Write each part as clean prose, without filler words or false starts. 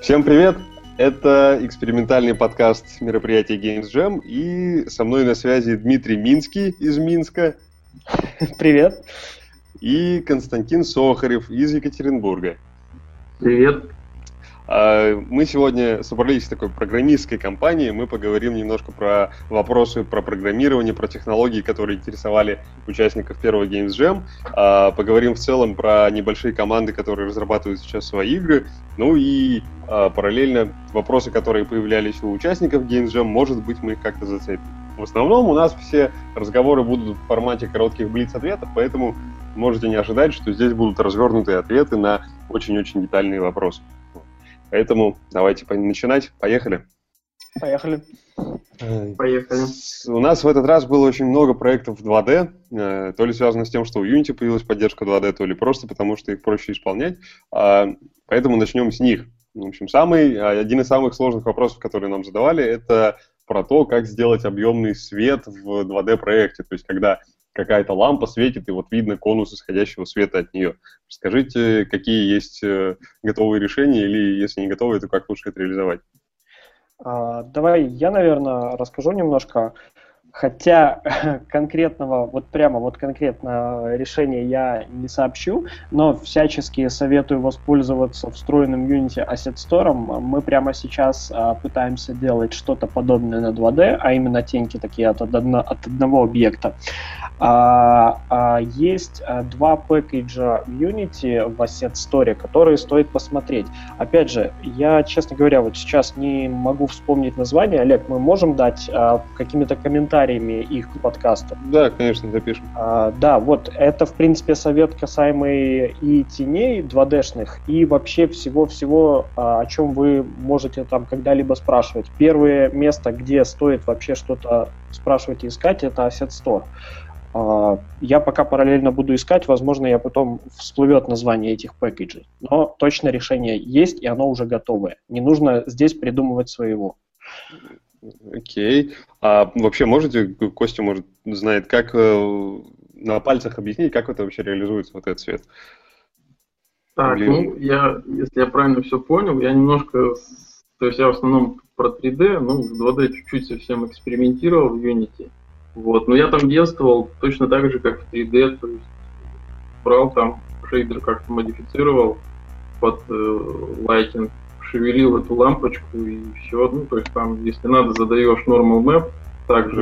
Всем привет! Это экспериментальный подкаст мероприятия Games Jam, и со мной на связи Дмитрий Минский из Минска. Привет! И Константин Сохарев из Екатеринбурга. Привет! Мы сегодня собрались в такой программистской компании, мы поговорим немножко про вопросы про программирование, про технологии, которые интересовали участников первого Games Jam, поговорим в целом про небольшие команды, которые разрабатывают сейчас свои игры, ну и параллельно вопросы, которые появлялись у участников Games Jam, может быть, мы их как-то зацепим. В основном у нас все разговоры будут в формате коротких блиц-ответов, поэтому можете не ожидать, что здесь будут развернутые ответы на очень-очень детальные вопросы. Поэтому давайте начинать. Поехали. Поехали. У нас в этот раз было очень много проектов в 2D, то ли связано с тем, что у Unity появилась поддержка 2D, то ли просто потому, что их проще исполнять. Поэтому начнем с них. В общем, один из самых сложных вопросов, которые нам задавали, это про то, как сделать объемный свет в 2D-проекте. То есть, когда какая-то лампа светит, и вот видно конус исходящего света от нее. Скажите, какие есть готовые решения, или если не готовые, то как лучше это реализовать? Давай я, наверное, расскажу немножко. Хотя конкретного решения я не сообщу, но всячески советую воспользоваться встроенным Unity Asset Store. Мы прямо сейчас пытаемся делать что-то подобное на 2D, а именно теньки такие от одного объекта. Есть два пэкэджа в Unity в Asset Store, которые стоит посмотреть. Опять же, я, честно говоря, вот сейчас не могу вспомнить название. Олег, мы можем дать какими-то комментариями их к подкасту? Да, конечно, запишем. Да, вот это, в принципе, совет касаемый и теней 2D-шных, и вообще всего-всего, о чем вы можете там когда-либо спрашивать. Первое место, где стоит вообще что-то спрашивать и искать, это Asset Store. Я пока параллельно буду искать, возможно, я потом всплывет название этих пэкэджей. Но точно решение есть, и оно уже готовое. Не нужно здесь придумывать своего. Окей. А вообще Костя, может, знает, как на пальцах объяснить, как это вообще реализуется, вот этот цвет? Так, если я правильно все понял, я немножко, то есть я в основном про 3D, в 2D чуть-чуть совсем экспериментировал в Unity. Вот, но я там действовал точно так же, как в 3D, то есть брал там шейдер, как-то модифицировал под лайтинг, шевелил эту лампочку и все. То есть там, если надо, задаешь normal map, также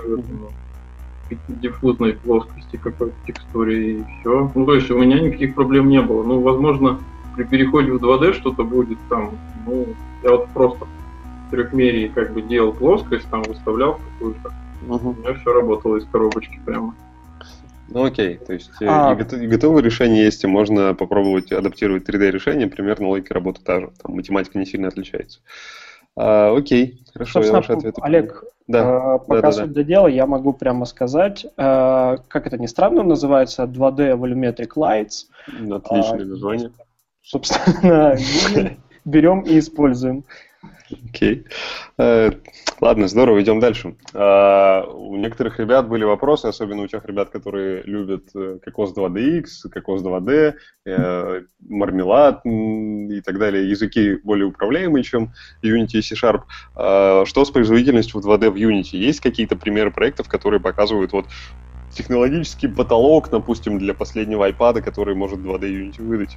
к диффузной плоскости какой-то текстуре и все. То есть у меня никаких проблем не было. Возможно, при переходе в 2D что-то будет там, я вот просто в трехмерии как бы делал плоскость, там выставлял какую-то. У меня все работало из коробочки прямо. Окей, то есть и готовые решения есть, и можно попробовать адаптировать 3D-решение, примерно логика работы та же, там математика не сильно отличается. Окей, хорошо, собственно, я ваши ответы понял. Олег, пока суть до дела, я могу прямо сказать, как это ни странно, называется 2D Volumetric Lights. Отличное название. Собственно, берем и используем. Окей. Ладно, здорово, идем дальше. У некоторых ребят были вопросы, особенно у тех ребят, которые любят Cocos 2DX, Cocos 2D, Marmelade и так далее, языки более управляемые, чем Unity и C#. Что с производительностью в 2D в Unity? Есть какие-то примеры проектов, которые показывают технологический потолок, допустим, для последнего iPad, который может 2D Unity выдать?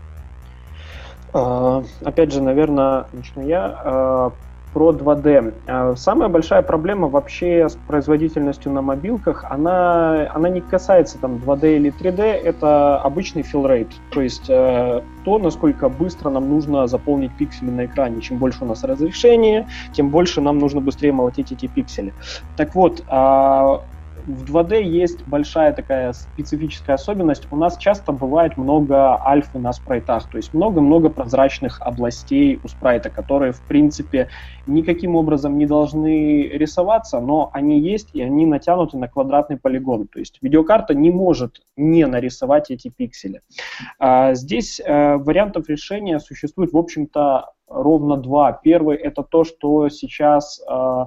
Опять же, наверное, начну я. Про 2D. Самая большая проблема вообще с производительностью на мобилках, она не касается там 2D или 3D, это обычный fill rate, то есть то, насколько быстро нам нужно заполнить пиксели на экране. Чем больше у нас разрешение, тем больше нам нужно быстрее молотить эти пиксели. Так вот, в 2D есть большая такая специфическая особенность. У нас часто бывает много альфы на спрайтах, то есть много-много прозрачных областей у спрайта, которые, в принципе, никаким образом не должны рисоваться, но они есть, и они натянуты на квадратный полигон. То есть видеокарта не может не нарисовать эти пиксели. Здесь вариантов решения существует, в общем-то, ровно два. Первый — это то, что сейчас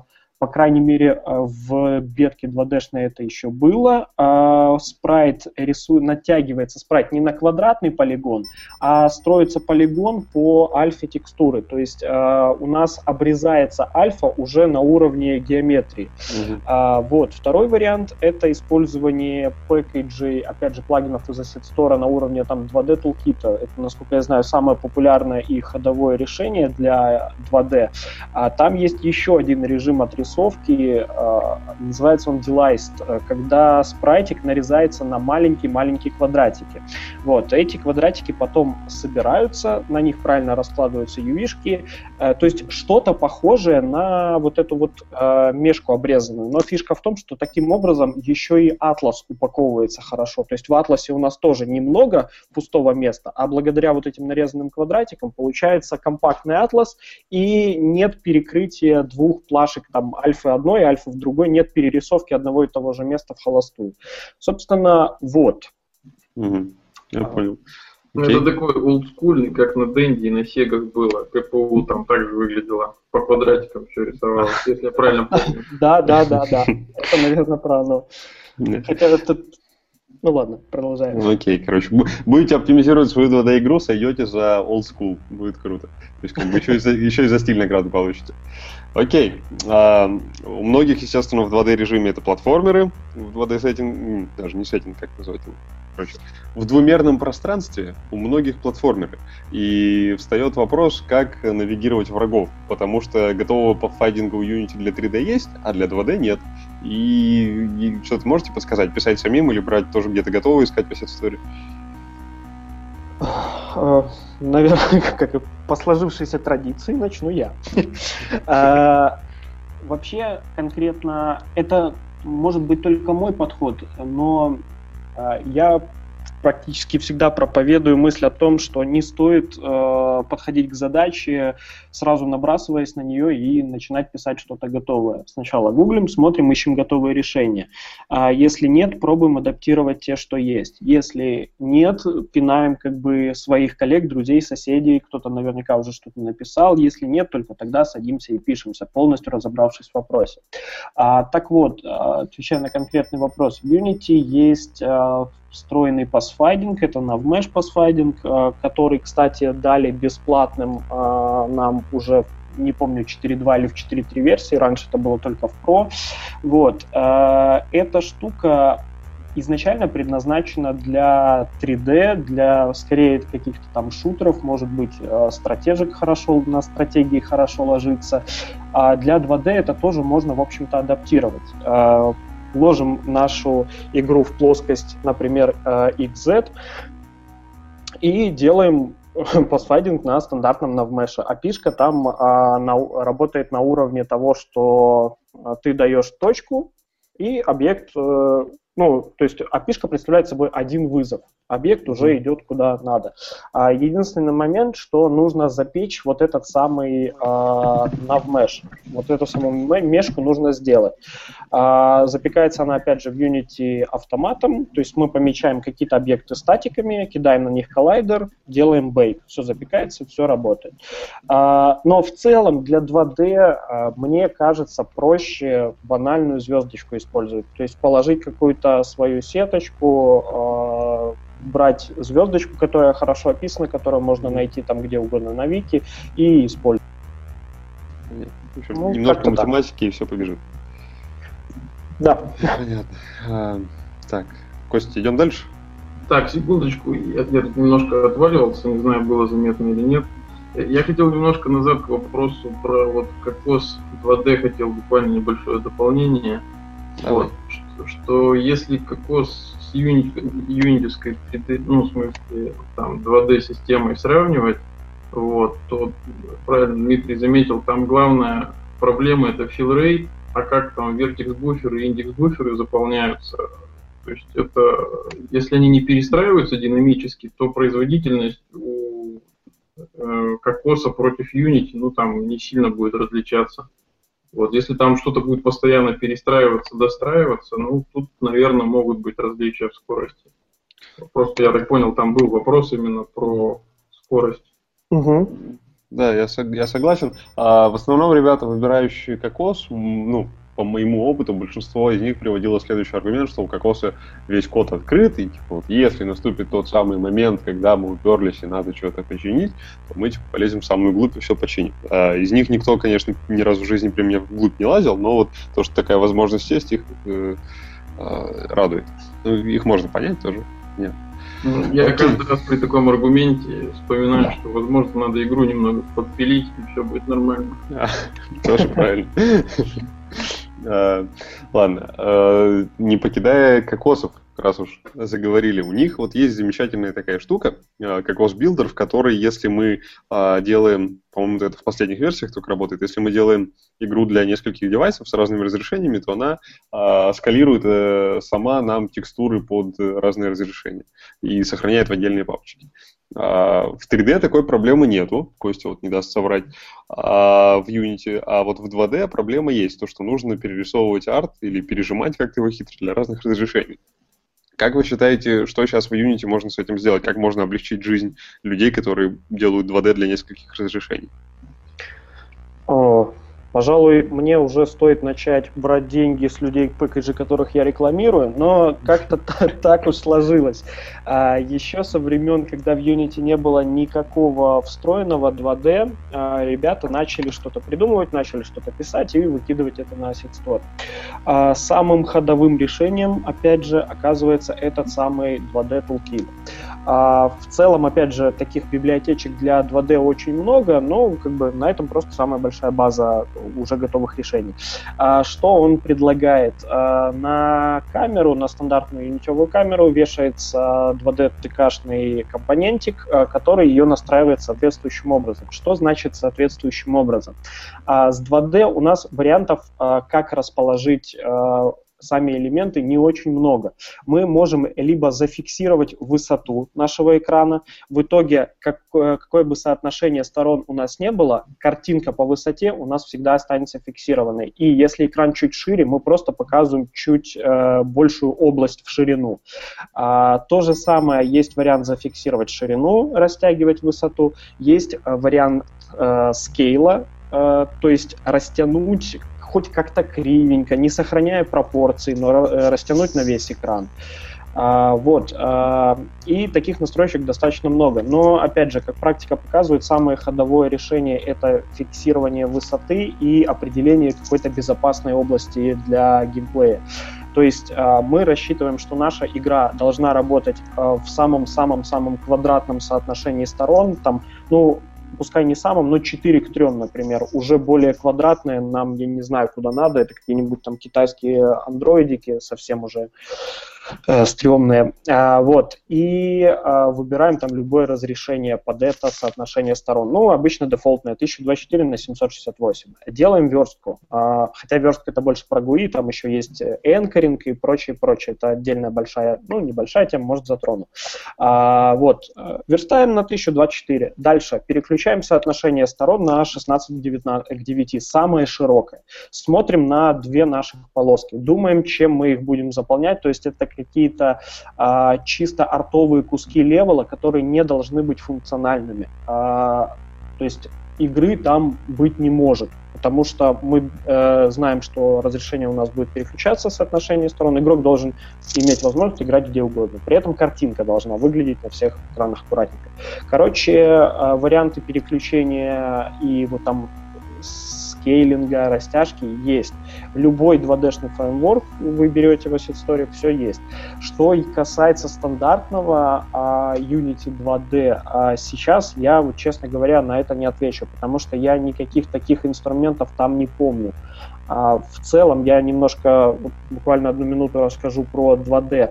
по крайней мере, в бетке 2D-шной это еще было. Спрайт натягивается спрайт не на квадратный полигон, а строится полигон по альфе текстуры. То есть у нас обрезается альфа уже на уровне геометрии. Вот. Второй вариант — это использование пэкэджей, опять же, плагинов из Asset Store на уровне там 2D Toolkit. Это, насколько я знаю, самое популярное и ходовое решение для 2D. Там есть еще один режим отрисовки, называется он Deliced, когда спрайтик нарезается на маленькие-маленькие квадратики. Вот. Эти квадратики потом собираются, на них правильно раскладываются UV-шки, то есть что-то похожее на вот эту вот мешку обрезанную. Но фишка в том, что таким образом еще и атлас упаковывается хорошо. То есть в атласе у нас тоже немного пустого места, а благодаря вот этим нарезанным квадратикам получается компактный атлас, и нет перекрытия двух плашек, там, альфы одной и альфы в другой, нет перерисовки одного и того же места в холостую. Собственно, вот. Я понял. Это такой олдскульный, как на Денди и на Сегах было. КПУ там также выглядело. По квадратикам все рисовалось, если я правильно помню. Да. Это, наверное, про оно. Хотя это... Ну ладно, продолжаем. Окей, короче, будете оптимизировать свою 2D-игру, сойдете за old school. Будет круто. То есть как бы еще и за стиль награду получите. Окей. У многих, естественно, в 2D-режиме это платформеры. В 2D-сеттинг, даже не сеттинг, как назвать его. Короче, в двумерном пространстве у многих платформеры. И встает вопрос, как навигировать врагов. Потому что готового паффайдинга у Unity для 3D есть, а для 2D нет. И что-то можете подсказать? Писать самим или брать тоже где-то готовое, искать по сет-сторе? Наверное, как и по сложившейся традиции, начну я. Вообще, конкретно, это может быть только мой подход, но я практически всегда проповедую мысль о том, что не стоит подходить к задаче, сразу набрасываясь на нее и начинать писать что-то готовое. Сначала гуглим, смотрим, ищем готовые решения. Если нет, пробуем адаптировать те, что есть. Если нет, пинаем как бы своих коллег, друзей, соседей, кто-то наверняка уже что-то написал. Если нет, только тогда садимся и пишемся, полностью разобравшись в вопросе. Так вот, отвечая на конкретный вопрос, в Unity есть встроенный пасфайдинг, это NavMesh пасфайдинг, который, кстати, дали бесплатным нам уже, не помню, 4.2 или в 4.3 версии, раньше это было только в Pro. Вот. Эта штука изначально предназначена для 3D, для, скорее, каких-то там шутеров, может быть, стратежек хорошо, на стратегии хорошо ложится. А для 2D это тоже можно, в общем-то, адаптировать. Вложим нашу игру в плоскость, например, XZ, и делаем пасфайдинг на стандартном NavMesh. API-шка там работает на уровне того, что ты даешь точку, и объект, то есть API-шка представляет собой один вызов. Объект уже идет куда надо. Единственный момент, что нужно запечь вот этот самый NavMesh. Вот эту самую мешку нужно сделать. Запекается она, опять же, в Unity автоматом. То есть мы помечаем какие-то объекты статиками, кидаем на них коллайдер, делаем бейк. Все запекается, все работает. Но в целом для 2D мне кажется проще банальную звездочку использовать. То есть положить какую-то свою сеточку, брать звездочку, которая хорошо описана, которую можно найти там где угодно на вики, и использовать. Немножко математики, так. И все побежит. Да. Понятно. Так, Костя, идем дальше? Так, секундочку, я немножко отваливался, не знаю, было заметно или нет. Я хотел немножко назад к вопросу про вот кокос 2D, хотел буквально небольшое дополнение. Вот, что если кокос с юнитовской 3D, в смысле, там, 2D-системой сравнивать, вот, то, правильно Дмитрий заметил, там главная проблема — это fill rate, а как там vertex-буферы и индекс-буферы заполняются. То есть это, если они не перестраиваются динамически, то производительность у кокоса против Unity, там не сильно будет различаться. Вот, если там что-то будет постоянно перестраиваться, достраиваться, тут, наверное, могут быть различия в скорости. Просто, я так понял, там был вопрос именно про скорость. Да, я согласен. В основном ребята, выбирающие кокос, по моему опыту, большинство из них приводило следующий аргумент, что у Кокоса весь код открыт, и типа, вот, если наступит тот самый момент, когда мы уперлись и надо что-то починить, то мы типа, полезем в самую глубь и все починим. Из них никто, конечно, ни разу в жизни при мне вглубь не лазил, но вот то, что такая возможность есть, их радует. Ну, их можно понять тоже. Нет. Я каждый раз при таком аргументе вспоминаю, что, возможно, надо игру немного подпилить, и все будет нормально. Тоже правильно. Ладно, не покидая кокосов, раз уж заговорили, у них вот есть замечательная такая штука, Cocos Builder, в которой, если мы делаем, по-моему, это в последних версиях только работает, если мы делаем игру для нескольких девайсов с разными разрешениями, то она скалирует сама нам текстуры под разные разрешения и сохраняет в отдельные папочки. В 3D такой проблемы нету, Костя вот не даст соврать, в Unity, а вот в 2D проблема есть, то, что нужно перерисовывать арт или пережимать как-то его хитро для разных разрешений. Как вы считаете, что сейчас в Unity можно с этим сделать? Как можно облегчить жизнь людей, которые делают 2D для нескольких разрешений? Пожалуй, мне уже стоит начать брать деньги с людей, пэкэджи которых я рекламирую, но как-то так уж сложилось. Еще со времен, когда в Unity не было никакого встроенного 2D, ребята начали что-то придумывать, начали что-то писать и выкидывать это на Asset Store. Самым ходовым решением, опять же, оказывается этот самый 2D Toolkit. В целом, опять же, таких библиотечек для 2D очень много, но как бы на этом просто самая большая база уже готовых решений. Что он предлагает? На камеру, на стандартную юнитевую камеру вешается 2D-ТК-шный компонентик, который ее настраивает соответствующим образом. Что значит соответствующим образом? С 2D у нас вариантов, как расположить сами элементы, не очень много. Мы можем либо зафиксировать высоту нашего экрана, в итоге, какое бы соотношение сторон у нас не было, картинка по высоте у нас всегда останется фиксированной. И если экран чуть шире, мы просто показываем чуть большую область в ширину. То же самое, есть вариант зафиксировать ширину, растягивать высоту, есть вариант скейла, то есть растянуть хоть как-то кривенько, не сохраняя пропорции, но растянуть на весь экран. И таких настройщик достаточно много. Но, опять же, как практика показывает, самое ходовое решение — это фиксирование высоты и определение какой-то безопасной области для геймплея. То есть мы рассчитываем, что наша игра должна работать в самом-самом-самом квадратном соотношении сторон, там, пускай не самым, но 4 к 3, например, уже более квадратные, нам, я не знаю, куда надо, это какие-нибудь там китайские андроидики, совсем уже стрёмные. И выбираем там любое разрешение под это соотношение сторон. Обычно дефолтное 1024 на 768. Делаем верстку. Хотя верстка это больше про GUI, там еще есть энкоринг и прочее. Это отдельная большая, небольшая тема, может затрону. Верстаем на 1024. Дальше переключаем соотношение сторон на 16 к 9, самое широкое. Смотрим на две наших полоски. Думаем, чем мы их будем заполнять. То есть это какие-то чисто артовые куски левела, которые не должны быть функциональными. То есть игры там быть не может, потому что мы знаем, что разрешение у нас будет переключаться, соотношение сторон. Игрок должен иметь возможность играть где угодно. При этом картинка должна выглядеть на всех экранах аккуратненько. Варианты переключения и скейлинга, растяжки есть. Любой 2D-шный фреймворк вы берете в Asset Store, все есть. Что касается стандартного Unity 2D, сейчас я, честно говоря, на это не отвечу, потому что я никаких таких инструментов там не помню. В целом, я немножко, буквально 1 минуту расскажу про 2D.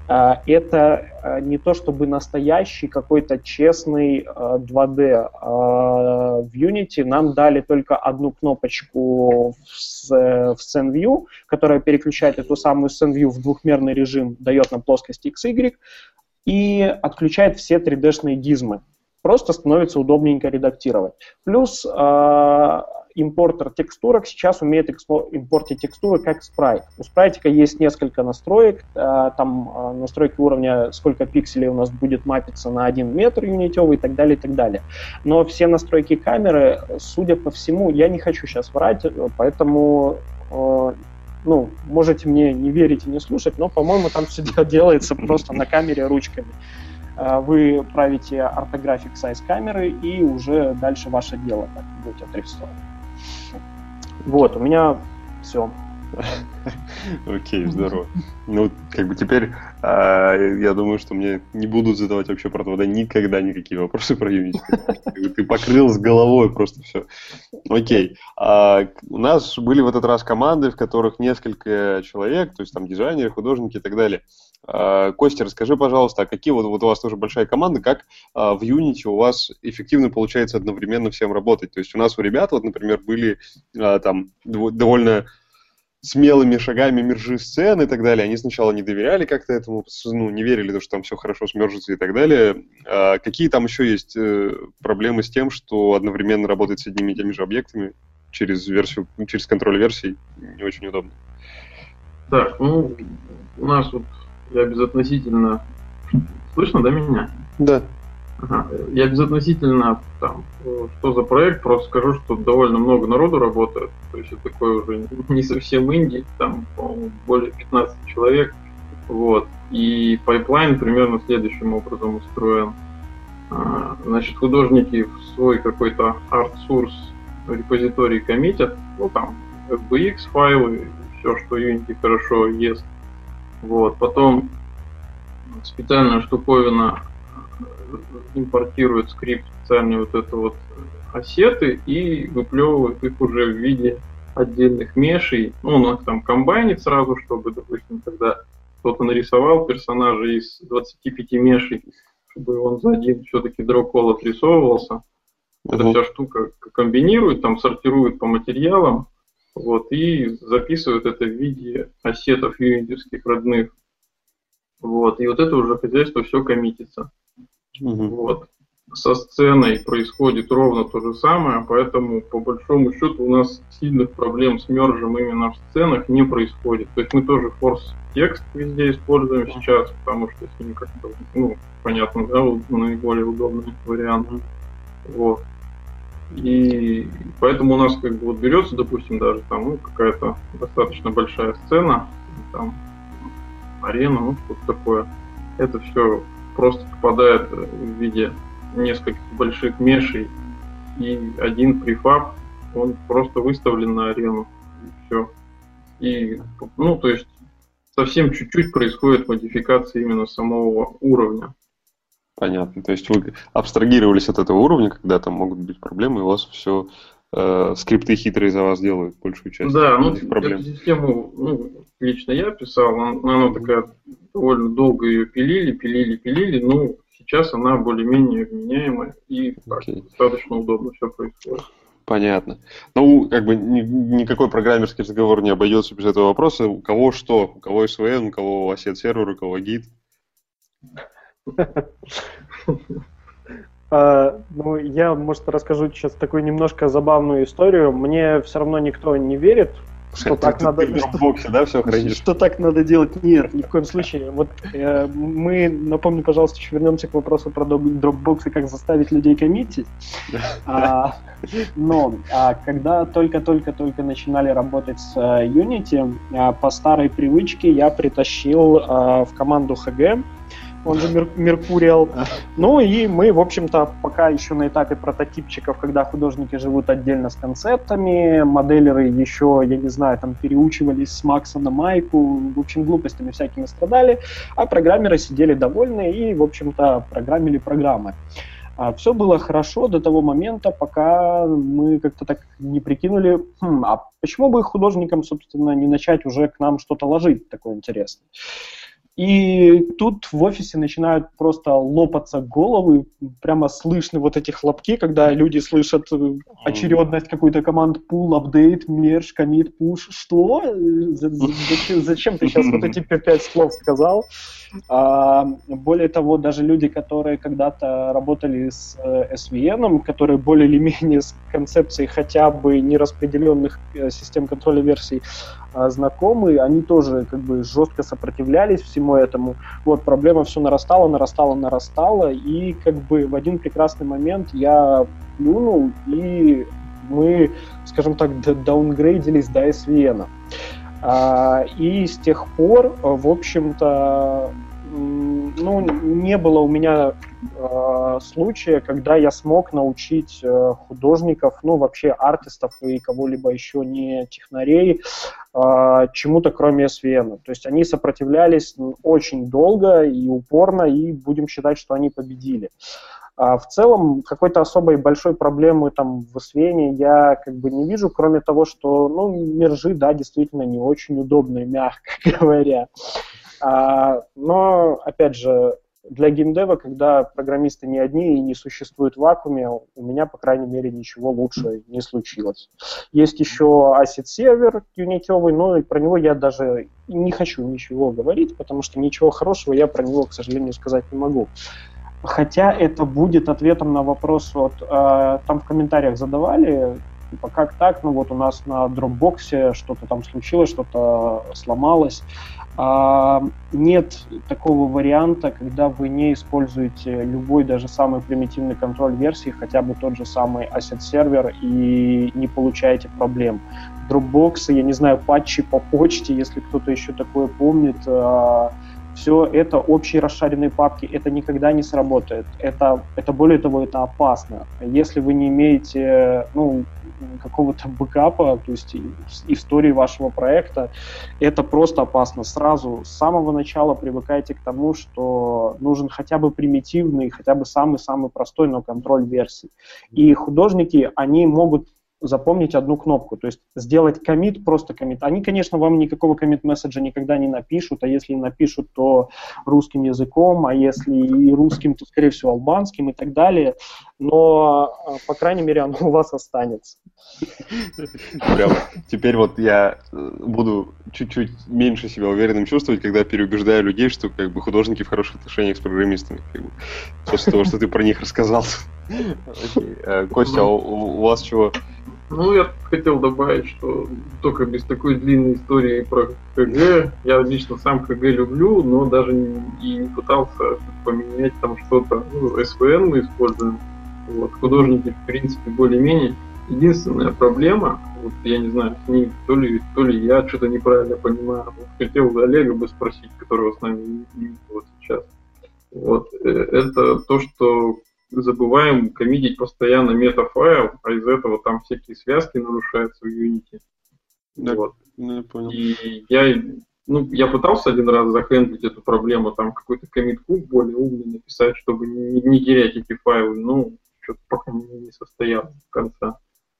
Это не то чтобы настоящий какой-то честный 2D. В Unity нам дали только одну кнопочку в Scene View, которая переключает эту самую Scene View в двухмерный режим, дает нам плоскость XY и отключает все 3D-шные гизмы. Просто становится удобненько редактировать. Плюс импортер текстурок сейчас умеет импортить текстуры как спрайт. У спрайтика есть несколько настроек, там настройки уровня, сколько пикселей у нас будет мапиться на 1 метр юнитевый и так далее, и так далее. Но все настройки камеры, судя по всему, я не хочу сейчас врать, поэтому Ну, можете мне не верить и не слушать, но, по-моему, там все делается просто на камере ручками. Вы правите ортографик size камеры, и уже дальше ваше дело, как будет отрисовано. Вот, у меня все. Окей, здорово. Ну, как бы теперь я думаю, что мне не будут задавать вообще про 2D никогда никакие вопросы про Unity. Ты покрыл с головой просто все. Окей. У нас были в этот раз команды, в которых несколько человек, то есть там дизайнеры, художники и так далее. Костя, расскажи, пожалуйста, а какие вот у вас тоже большая команда, как в Unity у вас эффективно получается одновременно всем работать? То есть у нас у ребят, вот, например, были там довольно смелыми шагами мержи сцен и так далее. Они сначала не доверяли как-то этому, ну, не верили, что там все хорошо смержится и так далее. Какие там еще есть проблемы с тем, что одновременно работать с одними и теми же объектами через версию, через контроль версий не очень удобно? Так, ну, у нас вот я безотносительно... Слышно, да, меня? Да. Ага. Я безотносительно там, что за проект, просто скажу, что довольно много народу работает, то есть это такой уже не совсем инди, там, по-моему, более 15 человек, вот, и пайплайн примерно следующим образом устроен. Значит, художники в свой какой-то арт-сурс репозиторий коммитят, ну, там, FBX файлы, все, что Unity хорошо ест, вот, потом специальная штуковина импортирует скрипт специальные вот это вот ассеты и выплевывает их уже в виде отдельных мешей. Ну, он их там комбайнит сразу, чтобы, допустим, когда кто-то нарисовал персонажа из 25 мешей, чтобы он за один все-таки дрог-кол отрисовывался. Эта вся штука комбинирует, там сортирует по материалам, вот, и записывает это в виде ассетов юнитовских родных. Вот, и вот это уже хозяйство все коммитится. Вот. Со сценой происходит ровно то же самое, поэтому по большому счету у нас сильных проблем с мержем именно в сценах не происходит. То есть мы тоже форс-текст везде используем сейчас, потому что с ним как-то, ну, понятно, да, наиболее удобный вариант. Вот. И поэтому у нас как бы вот берется, допустим, даже там, ну, какая-то достаточно большая сцена, там арена, ну, что-то такое. Это все просто попадает в виде нескольких больших мешей, и один префаб, он просто выставлен на арену, и все. И, ну, то есть, совсем чуть-чуть происходит модификация именно самого уровня. Понятно. То есть вы абстрагировались от этого уровня, когда там могут быть проблемы, и у вас все скрипты хитрые за вас делают большую часть. Да, ну, эту систему, ну, лично я писал, она такая, довольно долго ее пилили, но сейчас она более-менее вменяемая и достаточно удобно все происходит. Понятно. Ну, как бы никакой программерский разговор не обойдется без этого вопроса. У кого что? У кого SVN, у кого ассет сервер, у кого гид? Ну, я, может, расскажу сейчас такую немножко забавную историю. Мне все равно никто не верит, что так надо... Ты в дропбоксе, да, все хранишь? Что так надо делать? Нет, ни в коем случае. Вот мы, напомню, пожалуйста, еще вернемся к вопросу про дропбокс и как заставить людей коммитить. Но когда только начинали работать с Unity, по старой привычке я притащил в команду HG, он же Mercurial. Ну и мы, в общем-то, пока еще на этапе прототипчиков, когда художники живут отдельно с концептами, моделеры еще, я не знаю, там переучивались с Макса на Майку, в общем, глупостями всякими страдали, а программеры сидели довольны и, в общем-то, программили программы. Все было хорошо до того момента, пока мы как-то так не прикинули, а почему бы художникам, собственно, не начать уже к нам что-то ложить такое интересное. И тут в офисе начинают просто лопаться головы, прямо слышны вот эти хлопки, когда люди слышат очередность какой-то команд pull, update, merge, commit, push. Что? Зачем ты сейчас вот эти 5 слов сказал? Более того, даже люди, которые когда-то работали с SVN, которые более или менее с концепцией хотя бы нераспределенных систем контроля версий знакомы, они тоже как бы жестко сопротивлялись всему этому. Вот, проблема все нарастала, и как бы в один прекрасный момент я плюнул, и мы, скажем так, даунгрейдились до SVN. И с тех пор, в общем-то, не было у меня случая, когда я смог научить художников, вообще артистов и кого-либо еще не технарей, чему-то кроме SVN. То есть они сопротивлялись очень долго и упорно, и будем считать, что они победили. В целом, какой-то особой большой проблемы там в SVN я не вижу, кроме того, что, мержи, да, действительно не очень удобные, мягко говоря. Но, опять же, для геймдева, когда программисты не одни и не существуют в вакууме, у меня, по крайней мере, ничего лучше не случилось. Есть еще asset-сервер юнитевый, но про него я даже не хочу ничего говорить, потому что ничего хорошего я про него, к сожалению, сказать не могу. Хотя это будет ответом на вопрос, там в комментариях задавали, как так, у нас на Dropbox что-то там случилось, что-то сломалось. Нет такого варианта, когда вы не используете любой, даже самый примитивный контроль версии, хотя бы тот же самый asset-сервер, и не получаете проблем. Dropbox, я не знаю, патчи по почте, если кто-то еще такое помнит, все это общие расшаренные папки, это никогда не сработает. Это более того, это опасно. Если вы не имеете какого-то бэкапа, то есть истории вашего проекта, это просто опасно. Сразу с самого начала привыкайте к тому, что нужен хотя бы примитивный, хотя бы самый-самый простой, но контроль версий. И художники, они могут запомнить одну кнопку, то есть сделать коммит, просто коммит. Они, конечно, вам никакого коммит-месседжа никогда не напишут, а если напишут, то русским языком, а если и русским, то, скорее всего, албанским и так далее, но, по крайней мере, оно у вас останется. Прям теперь я буду чуть-чуть меньше себя уверенным чувствовать, когда переубеждаю людей, что художники в хороших отношениях с программистами. После того, что ты про них рассказал. Костя, у вас чего? Я хотел добавить, что только без такой длинной истории про КГ, я лично сам КГ люблю, но даже и не пытался поменять там что-то. SVN мы используем, художники в принципе более-менее. Единственная проблема, я не знаю, с ней то ли я что-то неправильно понимаю, хотел Олега бы спросить, которого с нами не сейчас. Это то, что забываем коммитить постоянно метафайл, а из этого там всякие связки нарушаются в Unity. Да, я понял. И я пытался один раз захендлить эту проблему, там какой-то коммит-куб более умный написать, чтобы не терять эти файлы, но что-то пока не состоялось до конца.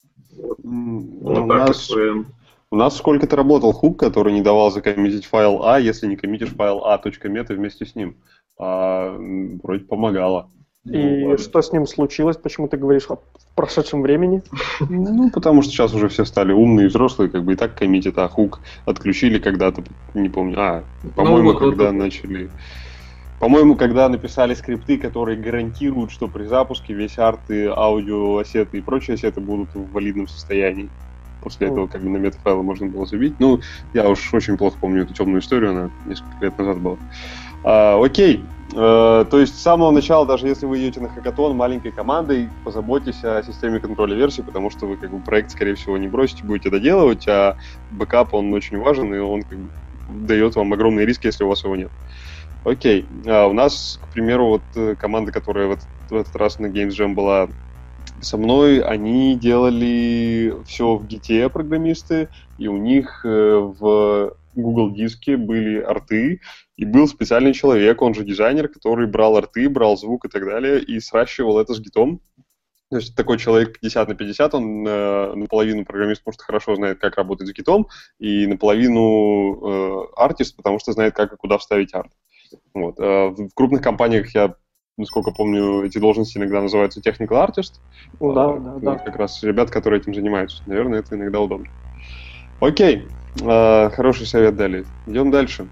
У нас сколько-то работал хук, который не давал закоммитить файл А, если не коммитишь файл a.meta вместе с ним. Вроде помогало. И что с ним случилось? Почему ты говоришь в прошедшем времени? Потому что сейчас уже все стали умные и взрослые, и так коммитят, а хук отключили когда-то, не помню. По-моему, начали... По-моему, когда написали скрипты, которые гарантируют, что при запуске весь арт и аудио ассеты и прочие ассеты будут в валидном состоянии. После этого на метафайлы можно было забить. Я уж очень плохо помню эту темную историю, она несколько лет назад была. Окей. То есть с самого начала, даже если вы идете на хакатон маленькой командой, позаботьтесь о системе контроля версий, потому что вы проект, скорее всего, не бросите, будете доделывать, а бэкап, он очень важен, и он дает вам огромные риски, если у вас его нет. Окей. У нас, к примеру, команда, которая в этот раз на Games Jam была со мной, они делали все в Git, программисты, и у них в Google диске были арты, и был специальный человек, он же дизайнер, который брал арты, брал звук и так далее, и сращивал это с гитом. То есть такой человек 50 на 50, он наполовину программист, потому что хорошо знает, как работать с гитом, и наполовину артист, потому что знает, как и куда вставить арт. В крупных компаниях, я, насколько помню, эти должности иногда называются technical artist. Да. Как раз ребят, которые этим занимаются. Наверное, это иногда удобно. Окей. Хороший совет дали. Идем дальше.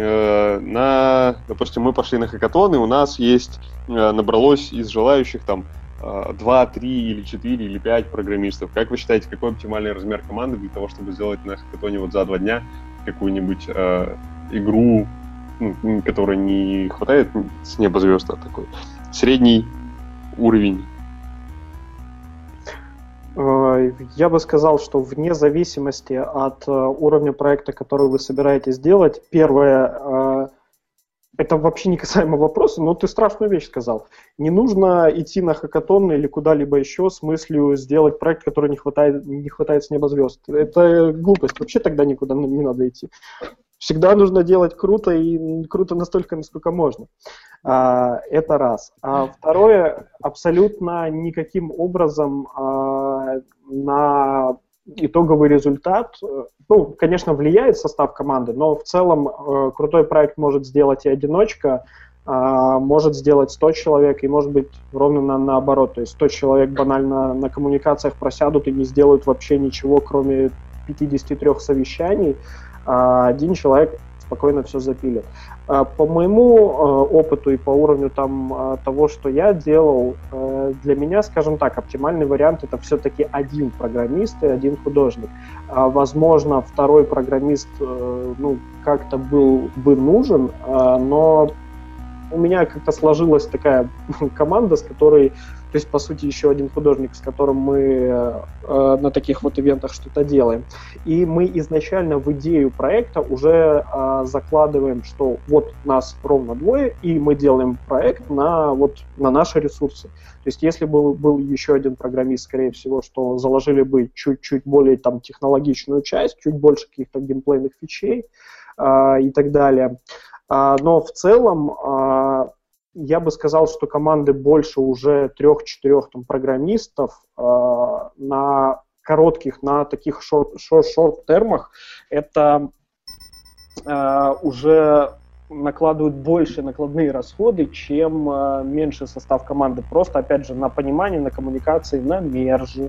Допустим, мы пошли на хакатон, и у нас набралось из желающих 2, 3 или 4 или 5 программистов. Как вы считаете, какой оптимальный размер команды для того, чтобы сделать на хакатоне за 2 дня какую-нибудь игру, которой не хватает с неба звезд, а такой средний уровень? Я бы сказал, что вне зависимости от уровня проекта, который вы собираетесь делать, первое, это вообще не касаемо вопроса, но ты страшную вещь сказал. Не нужно идти на хакатон или куда-либо еще с мыслью сделать проект, который не хватает с неба звезд. Это глупость. Вообще тогда никуда не надо идти. Всегда нужно делать круто, и круто настолько, насколько можно. Это раз. А второе, абсолютно никаким образом на итоговый результат, ну, конечно, влияет состав команды, но в целом крутой проект может сделать и одиночка, может сделать 100 человек, и может быть ровно наоборот. То есть 100 человек банально на коммуникациях просядут и не сделают вообще ничего, кроме 53 совещаний, а один человек спокойно все запилит. По моему опыту и по уровню того, что я делал, для меня, скажем так, оптимальный вариант — это все-таки один программист и один художник. Возможно, второй программист как-то был бы нужен, но у меня как-то сложилась такая команда, с которой, то есть, по сути, еще один художник, с которым мы на таких вот ивентах что-то делаем. И мы изначально в идею проекта уже закладываем, что вот нас ровно двое, и мы делаем проект на наши ресурсы. То есть, если бы был еще один программист, скорее всего, что заложили бы чуть-чуть более технологичную часть, чуть больше каких-то геймплейных фичей и так далее. Но в целом я бы сказал, что команды больше уже 3-4 программистов на коротких, на таких шорт-термах, это уже накладывают больше накладные расходы, чем меньший состав команды. Просто, опять же, на понимание, на коммуникации, на мержи.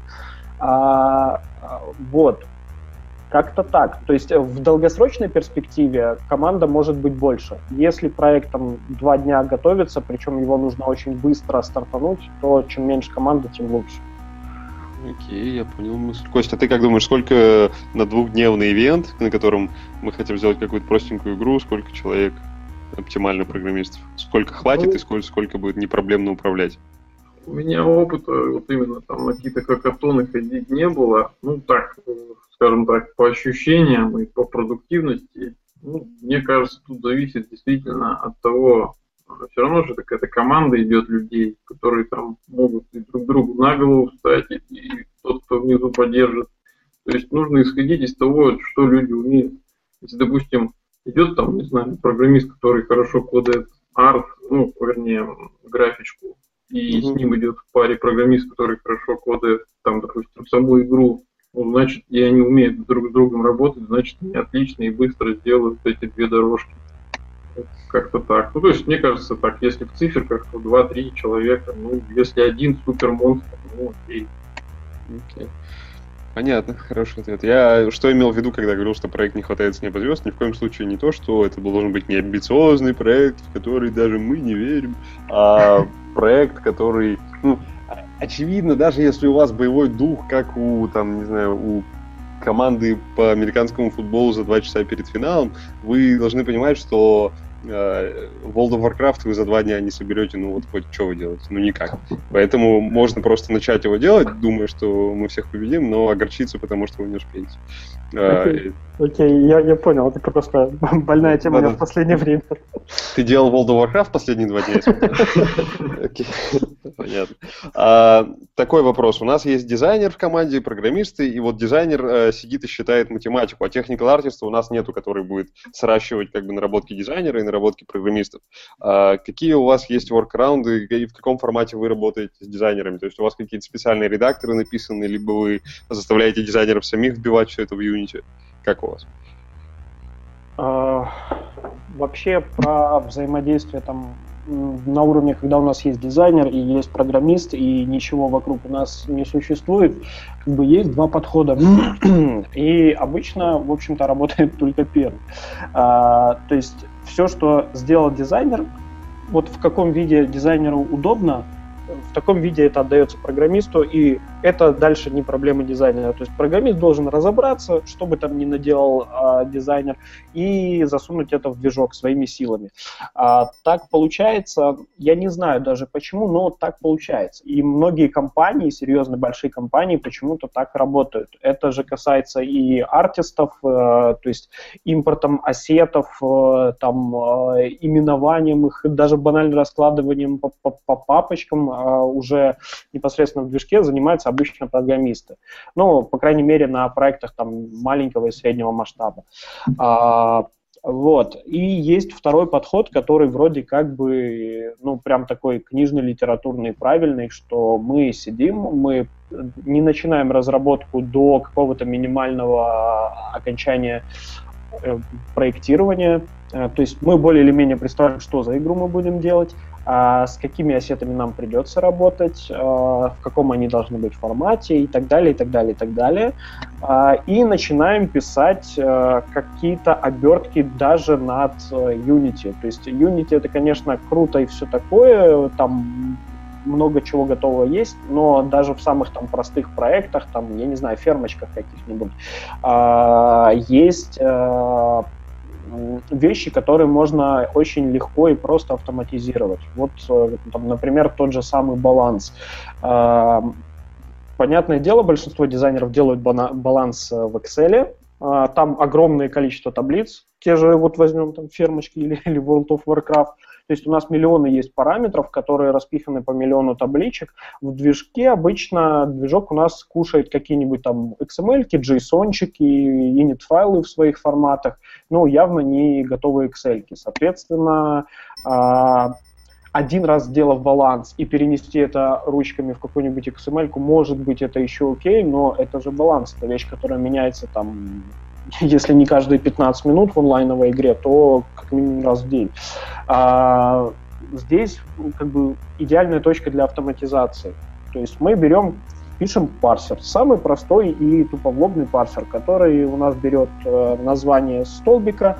Вот. Как-то так. То есть в долгосрочной перспективе команда может быть больше. Если проект 2 дня готовится, причем его нужно очень быстро стартануть, то чем меньше команды, тем лучше. Окей, я понял мысль. Костя, ты как думаешь, сколько на 2-дневный ивент, на котором мы хотим сделать какую-то простенькую игру, сколько человек оптимально программистов? Сколько хватит и сколько будет непроблемно управлять? У меня опыта вот именно на какие-то хакатоны ходить не было. Скажем так, по ощущениям и по продуктивности, мне кажется, тут зависит действительно от того, все равно же какая-то команда идет людей, которые могут и друг другу на голову встать, и тот, кто внизу поддержит. То есть нужно исходить из того, что люди умеют. Если, допустим, идет не знаю, программист, который хорошо кодает арт, графичку, и с ним идет в паре программист, который хорошо кодает, допустим, саму игру, значит, и они умеют друг с другом работать, значит, они отлично и быстро сделают эти 2 дорожки. Как-то так. То есть, мне кажется, так, если в циферках, то 2-3 человека, если один супермонстр, окей. Окей. Понятно, хороший ответ. Я что имел в виду, когда говорил, что проект не хватает с неба звезд, ни в коем случае не то, что это должен быть не амбициозный проект, в который даже мы не верим, а проект, который, очевидно, даже если у вас боевой дух, как у команды по американскому футболу за 2 часа перед финалом, вы должны понимать, что World of Warcraft вы за 2 дня не соберете, хоть что вы делаете, никак. Поэтому можно просто начать его делать, думая, что мы всех победим, но огорчиться, потому что вы не успеете. Окей, я понял, это просто больная тема в последнее время. Ты делал World of Warcraft последние 2 дня? Окей, понятно. Такой вопрос. У нас есть дизайнер в команде, программисты, и вот дизайнер сидит и считает математику, а technical artist у нас нету, который будет сращивать наработки дизайнера и наработки программистов. Какие у вас есть воркараунды и в каком формате вы работаете с дизайнерами? То есть у вас какие-то специальные редакторы написаны, либо вы заставляете дизайнеров самих вбивать все это в Unity? Как у вас? Вообще про взаимодействие на уровне, когда у нас есть дизайнер и есть программист, и ничего вокруг у нас не существует, есть 2 подхода. И обычно, в общем-то, работает только первый. То есть все, что сделал дизайнер, вот в каком виде дизайнеру удобно, в таком виде это отдается программисту, и это дальше не проблема дизайнера. То есть программист должен разобраться, что бы там ни наделал дизайнер, и засунуть это в движок своими силами. Так получается, я не знаю даже почему, но так получается. И многие компании, серьезно большие компании, почему-то так работают. Это же касается и артистов, то есть импортом ассетов, там, именованием их, даже банально раскладыванием по папочкам уже непосредственно в движке занимаются обычно программисты. Ну, по крайней мере, на проектах там маленького и среднего масштаба. Вот. И есть второй подход, который вроде как бы, ну, прям такой книжно-литературный, правильный, что мы сидим, мы не начинаем разработку до какого-то минимального окончания проектирования. То есть мы более или менее представляем, что за игру мы будем делать, с какими ассетами нам придется работать, в каком они должны быть формате и так далее, и так далее, и так далее. И начинаем писать какие-то обертки даже над Unity. То есть Unity это, конечно, круто и все такое, там много чего готового есть, но даже в самых там простых проектах, там, я не знаю, фермочках каких-нибудь, есть вещи, которые можно очень легко и просто автоматизировать. Вот, там, например, тот же самый баланс. Понятное дело, большинство дизайнеров делают баланс в Excel. Там огромное количество таблиц. Те же, вот возьмем там фермочки или World of Warcraft. То есть у нас миллионы есть параметров, которые распиханы по миллиону табличек. В движке обычно движок у нас кушает какие-нибудь там XML-ки, JSON-чики, init-файлы в своих форматах, но явно не готовые Excel-ки. Соответственно, один раз сделав баланс и перенести это ручками в какую-нибудь XML-ку, может быть, это еще окей, но это же баланс, это вещь, которая меняется там, если не каждые 15 минут в онлайновой игре, то как минимум раз в день. Здесь как бы идеальная точка для автоматизации. То есть мы пишем парсер, самый простой и туповлобный парсер, который у нас берет название столбика,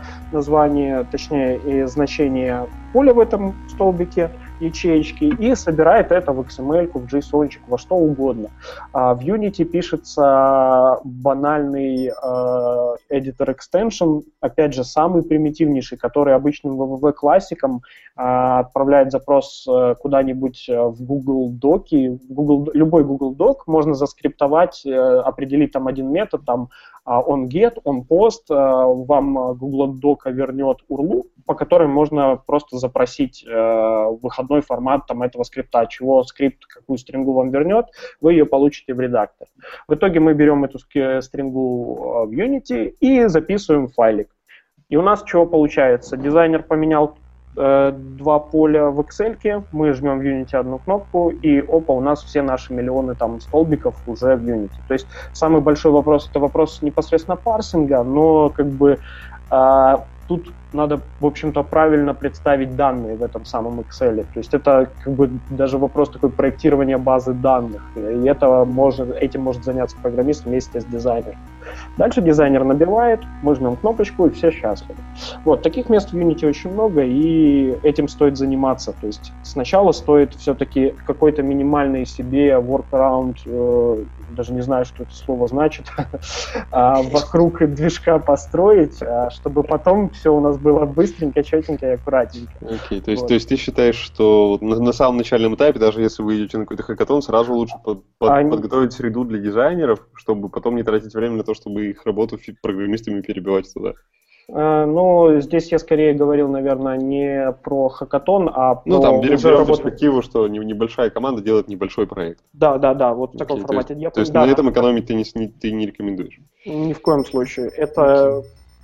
точнее значение поля в этом столбике, ячеечки, и собирает это в XML, в JSON, во что угодно. В Unity пишется банальный editor extension, опять же, самый примитивнейший, который обычным www-классикам отправляет запрос куда-нибудь в Google Доки, любой Google Doc, можно заскриптовать, определить там один метод, там onGet, onPost, вам Google Doc вернет URL, по которой можно просто запросить выходной формат там, этого скрипта, чего скрипт, какую стрингу вам вернет, вы ее получите в редактор. В итоге мы берем эту стрингу в Unity и записываем файлик. И у нас чего получается? Дизайнер поменял два поля в Excel, мы жмем в Unity одну кнопку, и опа, у нас все наши миллионы там столбиков уже в Unity. То есть самый большой вопрос — это вопрос непосредственно парсинга, но как бы тут надо, в общем-то, правильно представить данные в этом самом Excel. То есть это как бы даже вопрос такой проектирования базы данных. И этим может заняться программист вместе с дизайнером. Дальше дизайнер набивает, мы жмем кнопочку, и все счастливы. Вот, таких мест в Unity очень много, и этим стоит заниматься. То есть сначала стоит все-таки какой-то минимальный себе workaround, даже не знаю, что это слово значит, вокруг движка построить, чтобы потом все у нас было быстренько, четенько и аккуратненько. Окей, то есть ты считаешь, что на самом начальном этапе, даже если вы идете на какой-то хакатон, сразу лучше подготовить среду для дизайнеров, чтобы потом не тратить время на то, чтобы их работу программистами перебивать туда? Ну, здесь я скорее говорил, наверное, не про хакатон, а про... Ну, там берем перспективу, что небольшая команда делает небольшой проект. Да, вот в таком формате. То есть на этом экономить ты не рекомендуешь? Ни в коем случае. Это...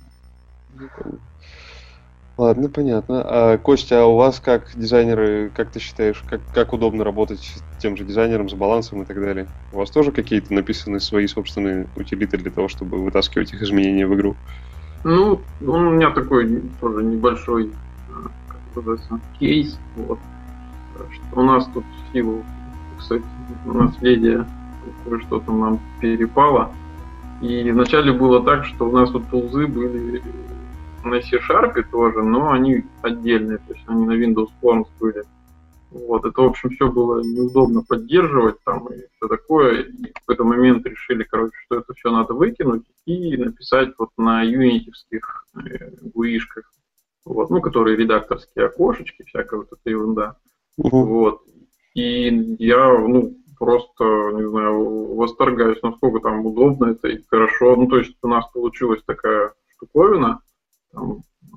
Ладно, понятно. Костя, а у вас как дизайнеры, как ты считаешь, как удобно работать с тем же дизайнером, с балансом и так далее? У вас тоже какие-то написаны свои собственные утилиты для того, чтобы вытаскивать их изменения в игру? Ну, у меня такой тоже небольшой, кейс. Вот. У нас тут в силу, кстати, наследия что-то нам перепало. И вначале было так, что у нас тут тулзы были на C# тоже, но они отдельные, то есть они на Windows Forms были. Вот, это, в общем, все было неудобно поддерживать там и все такое. И в какой-то момент решили, короче, что это все надо выкинуть и написать вот на юнитевских GUI-шках, вот, ну, которые редакторские окошечки, всякая вот эта ерунда. Вот. И я, ну, просто, не знаю, восторгаюсь, насколько там удобно это и хорошо. Ну, то есть у нас получилась такая штуковина, там,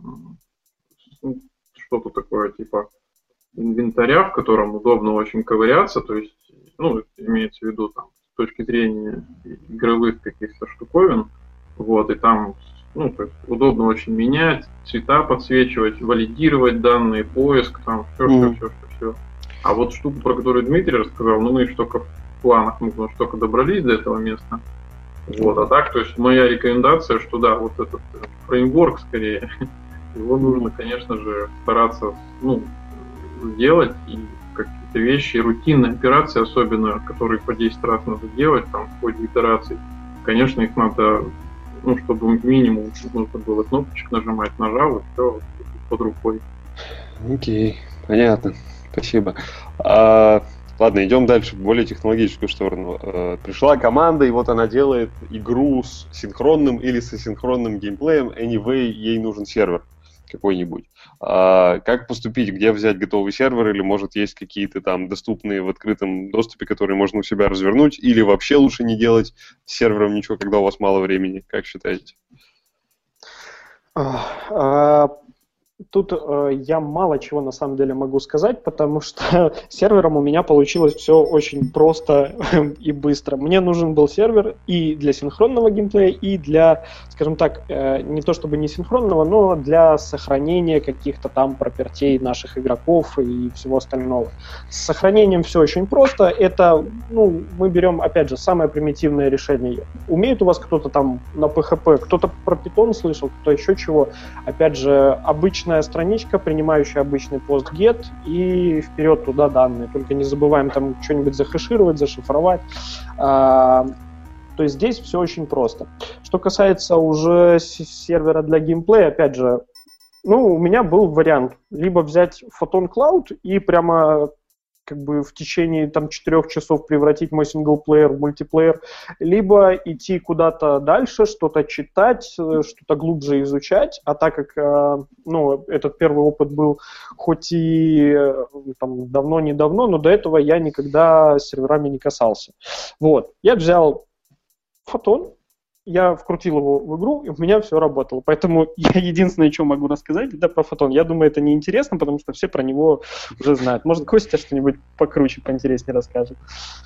что-то такое, типа инвентаря, в котором удобно очень ковыряться, то есть, ну, имеется в виду там с точки зрения игровых каких-то штуковин, вот, и там, ну, то есть удобно очень менять, цвета подсвечивать, валидировать данные, поиск, там, все. А вот штуку, про которую Дмитрий рассказал, ну, мы еще только в планах, мы только добрались до этого места, вот, а так, то есть моя рекомендация, что да, вот этот фреймворк скорее, его нужно, конечно же, стараться, ну, делать, и какие-то вещи, рутинные операции особенно, которые по 10 раз надо делать там, в ходе итераций, конечно, их надо, ну, чтобы минимум нужно было кнопочек нажимать, нажал, и все под рукой. Окей, понятно, спасибо. Ладно, идем дальше, в более технологическую сторону. Пришла команда, и вот она делает игру с синхронным или с асинхронным геймплеем, anyway, ей нужен сервер какой-нибудь. Как поступить, где взять готовый сервер, или, может, есть какие-то там доступные в открытом доступе, которые можно у себя развернуть, или вообще лучше не делать с сервером ничего, когда у вас мало времени? Как считаете? Тут я мало чего на самом деле могу сказать, потому что с сервером у меня получилось все очень просто и быстро. Мне нужен был сервер и для синхронного геймплея, и для, скажем так, не то чтобы не синхронного, но для сохранения каких-то там пропертей наших игроков и всего остального. С сохранением все очень просто. Это, ну, мы берем, опять же, самое примитивное решение. Умеет у вас кто-то там на PHP, кто-то про Python слышал, кто еще чего. Опять же, обычная страничка, принимающая обычный PostGet, и вперед туда данные. Только не забываем там что-нибудь захэшировать, зашифровать. То есть здесь все очень просто. Что касается уже сервера для геймплея, опять же, ну, у меня был вариант. Либо взять Photon Cloud и прямо как бы в течение там 4 часов превратить мой синглплеер в мультиплеер, либо идти куда-то дальше, что-то читать, что-то глубже изучать, а так как, ну, этот первый опыт был хоть и там давно-недавно, но до этого я никогда серверами не касался. Вот, я взял Photon, я вкрутил его в игру, и у меня все работало. Поэтому я единственное, что могу рассказать, это про Photon. Я думаю, это неинтересно, потому что все про него уже знают. Может, Костя что-нибудь покруче, поинтереснее расскажет.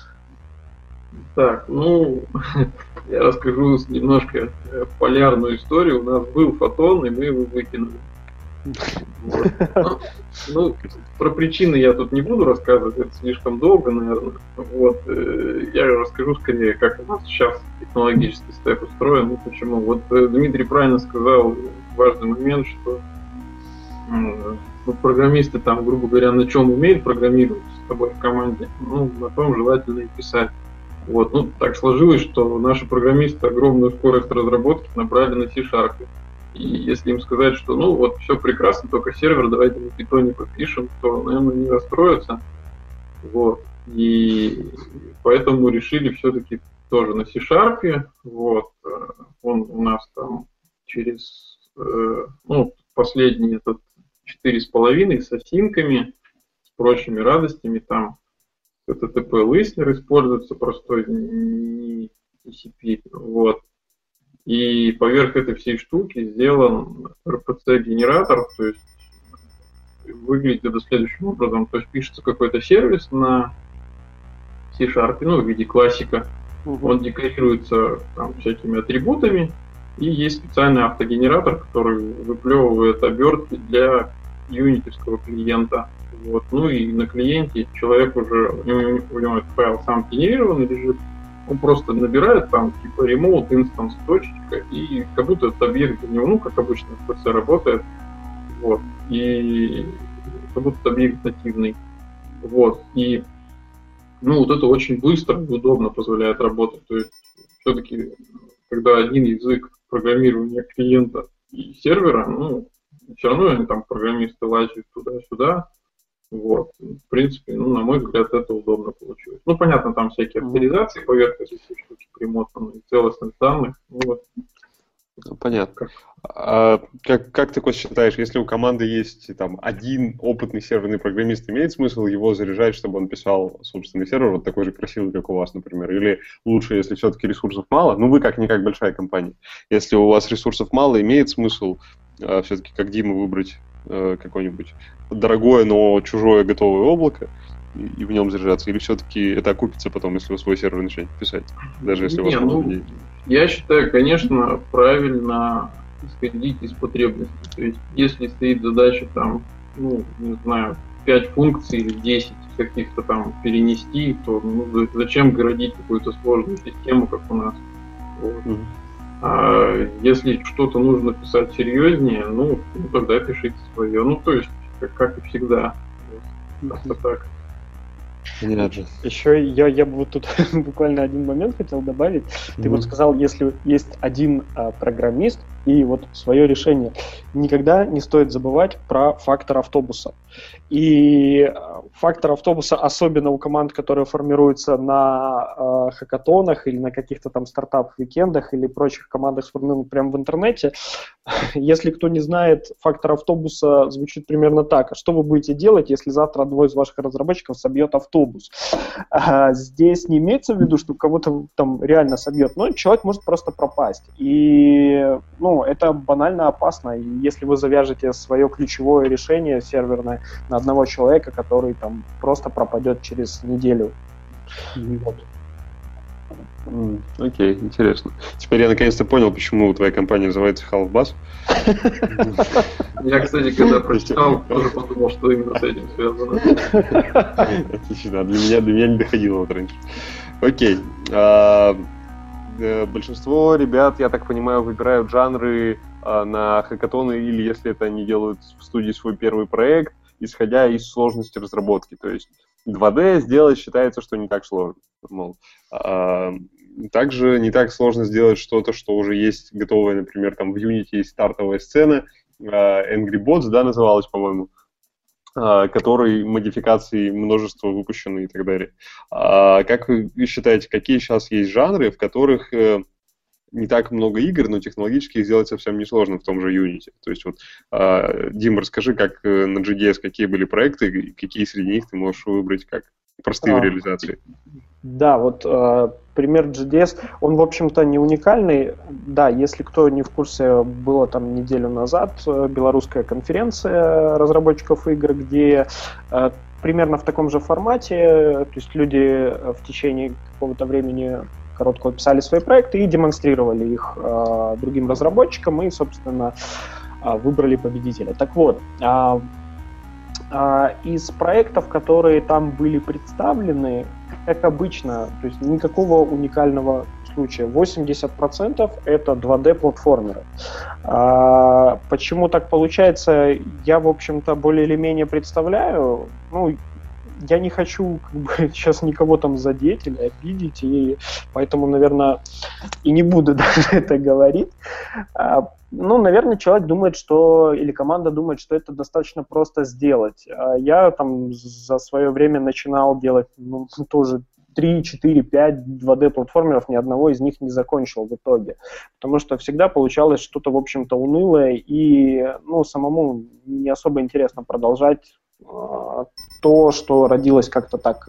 Так, ну, я расскажу немножко полярную историю. У нас был Photon, и мы его выкинули. Вот. Ну, про причины я тут не буду рассказывать, это слишком долго, наверное. Вот, я расскажу скорее, как у нас сейчас технологический стек устроен и почему. Вот Дмитрий правильно сказал важный момент, что программисты там, грубо говоря, на чем умеют программировать с тобой в команде, ну, на том желательно и писать. Вот, ну, так сложилось, что наши программисты огромную скорость разработки набрали на C#. И если им сказать, что ну вот все прекрасно, только сервер давайте на Python попишем, то, наверное, не расстроятся. Вот. И поэтому решили все-таки тоже на C#. Вот. Он у нас там через ну, последний этот 4,5 с осинками, с прочими радостями. Там HTTP-листнер используется простой, не TCP. Вот. И поверх этой всей штуки сделан RPC-генератор, то есть выглядит это следующим образом. То есть пишется какой-то сервис на C#, ну, в виде классика. Он декорируется там всякими атрибутами, и есть специальный автогенератор, который выплевывает обертки для юнитовского клиента. Вот. Ну и на клиенте человек уже, у него этот файл сам генерированный лежит, он просто набирает там типа remote instance точечка, и как будто этот объект для него, ну, как обычно в PC работает, вот, и как будто объект нативный, вот, и, ну, вот это очень быстро и удобно позволяет работать, то есть все-таки, когда один язык программирования клиента и сервера, ну, все равно они там программисты лазят туда-сюда, Вот. В принципе, ну, на мой взгляд, это удобно получилось. Ну, понятно, там всякие авторизации поверх этой штуки примотаны, целостных данных. Ну, вот. Понятно. Как ты считаешь, если у команды есть там один опытный серверный программист, имеет смысл его заряжать, чтобы он писал собственный сервер, вот такой же красивый, как у вас, например? Или лучше, если все-таки ресурсов мало? Ну, вы как-никак большая компания. Если у вас ресурсов мало, имеет смысл все-таки, как Дима, выбрать какое-нибудь дорогое, но чужое готовое облако и в нем заряжаться? Или все-таки это окупится потом, если вы свой сервер начнете писать, даже если у вас мало людей? Я считаю, конечно, правильно исходить из потребностей. То есть, если стоит задача там, ну, не знаю, 5 функций или 10 каких-то там перенести, то ну, зачем городить какую-то сложную систему, как у нас? Вот. А если что-то нужно писать серьезнее, ну тогда пишите свое. Ну, то есть, как и всегда. Вот. Как-то так. Еще я бы вот тут буквально один момент хотел добавить. Ты вот сказал, если есть один программист и вот свое решение, никогда не стоит забывать про фактор автобуса. И фактор автобуса, особенно у команд, которые формируются на хакатонах или на каких-то там стартап-викендах или прочих командах, сформированных прямо в интернете, если кто не знает, фактор автобуса звучит примерно так. А что вы будете делать, если завтра одного из ваших разработчиков собьет автобус? Здесь не имеется в виду, что кого-то там реально собьет, но человек может просто пропасть. И ну, это банально опасно. И если вы завяжете свое ключевое решение серверное на одного человека, который там просто пропадет через неделю. Вот. Окей, интересно. Теперь я наконец-то понял, почему твоя компания называется Half-Bass. Я, кстати, когда прочитал, тоже подумал, что именно с этим связано. Отлично, для меня не доходило вот раньше. Окей. Большинство ребят, я так понимаю, выбирают жанры на хакатоны, или если это они делают в студии свой первый проект, исходя из сложности разработки. То есть 2D сделать считается, что не так сложно. Мол, также не так сложно сделать что-то, что уже есть готовое, например, там в Unity есть стартовая сцена, Angry Bots, да, называлась, по-моему, которой модификации множество выпущены и так далее. Как вы считаете, какие сейчас есть жанры, в которых не так много игр, но технологически их сделать совсем несложно в том же Unity? То есть вот, Дим, расскажи, как на JDS, какие были проекты, и какие среди них ты можешь выбрать как простые в реализации? Да, вот пример JDS, он, в общем-то, не уникальный. Да, если кто не в курсе, было там неделю назад белорусская конференция разработчиков игр, где примерно в таком же формате, то есть люди в течение какого-то времени короткого писали свои проекты и демонстрировали их другим разработчикам и, собственно, выбрали победителя. Так вот, из проектов, которые там были представлены, как обычно, то есть никакого уникального случая. 80% это 2D-платформеры. Почему так получается, я, в общем-то, более или менее представляю. Ну, я не хочу сейчас никого там задеть или обидеть, и поэтому, наверное, и не буду даже это говорить. Ну, наверное, человек думает, что, или команда думает, что это достаточно просто сделать. Я там за свое время начинал делать, ну, тоже 3, 4, 5 2D-платформеров, ни одного из них не закончил в итоге. Потому что всегда получалось что-то, в общем-то, унылое, и, ну, самому не особо интересно продолжать то, что родилось как-то так,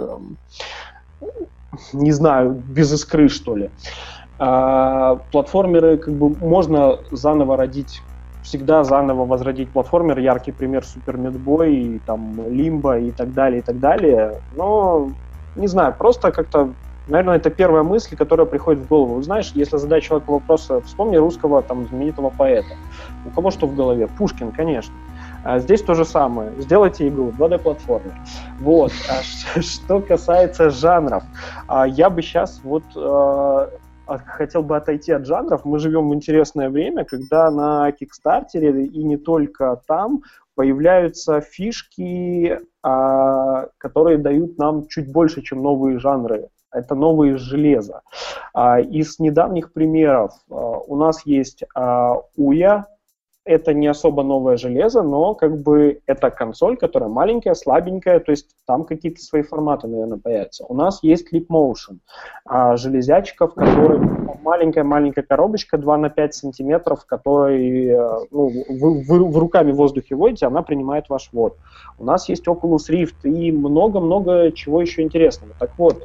не знаю, без искры, что ли. Платформеры, как бы, можно заново родить, всегда заново возродить платформер. Яркий пример Super Meat Boy, там, Limbo и так далее. Но, не знаю, просто как-то, наверное, это первая мысль, которая приходит в голову. Знаешь, если задать человеку вопрос, вспомни русского там знаменитого поэта. У кого что в голове? Пушкин, конечно. Здесь то же самое. Сделайте игру, 2D-платформер. Вот. Что касается жанров, я бы сейчас вот хотел бы отойти от жанров. Мы живем в интересное время, когда на Кикстартере и не только там появляются фишки, которые дают нам чуть больше, чем новые жанры. Это новые железа. Из недавних примеров у нас есть Уя, это не особо новое железо, но как бы это консоль, которая маленькая, слабенькая, то есть там какие-то свои форматы, наверное, появятся. У нас есть Leap Motion, железячка, в которой маленькая коробочка 2 на 5 сантиметров, в которой вы руками в воздухе водите, она принимает ваш ввод. У нас есть Oculus Rift и много-много чего еще интересного. Так вот,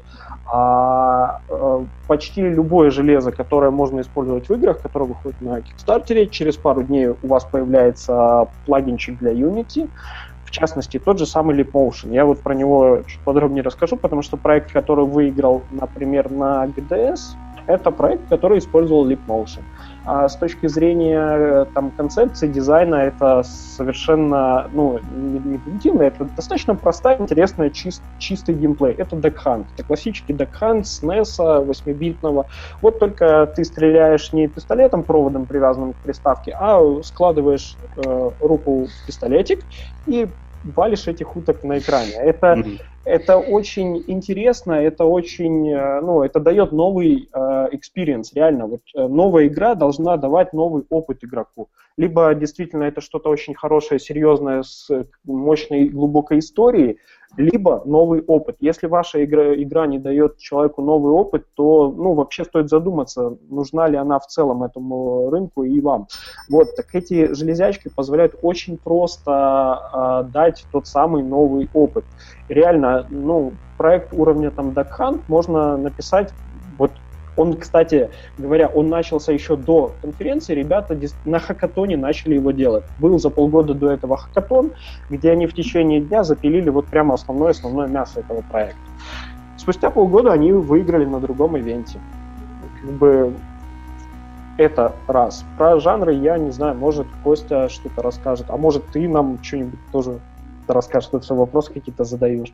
почти любое железо, которое можно использовать в играх, которое выходит на Kickstarter, через пару дней у вас появляется плагинчик для Unity, в частности, тот же самый Leap Motion. Я вот про него чуть подробнее расскажу, потому что проект, который выиграл, например, на GDS, это проект, который использовал Leap Motion. А с точки зрения там, концепции, дизайна, это совершенно не примитивно, это достаточно простая, интересная, чистый геймплей. Это Duck Hunt. Это классический Duck Hunt с NES 8-битного. Вот только ты стреляешь не пистолетом, проводом, привязанным к приставке, а складываешь руку в пистолетик и валишь этих уток на экране. Это очень интересно, это очень, это дает новый experience, реально. Вот новая игра должна давать новый опыт игроку. Либо действительно это что-то очень хорошее, серьезное, с мощной, глубокой историей, либо новый опыт. Если ваша игра не дает человеку новый опыт, то, вообще стоит задуматься, нужна ли она в целом этому рынку и вам. Вот, так эти железячки позволяют очень просто дать тот самый новый опыт. Реально, проект уровня там Duck Hunt можно написать, вот он, кстати говоря, он начался еще до конференции, ребята на хакатоне начали его делать. Был за полгода до этого хакатон, где они в течение дня запилили вот прямо основное мясо этого проекта. Спустя полгода они выиграли на другом ивенте. Как бы это раз. Про жанры я не знаю, может Костя что-то расскажет, а может ты нам что-нибудь тоже расскажешь, что все вопросы какие-то задаешь.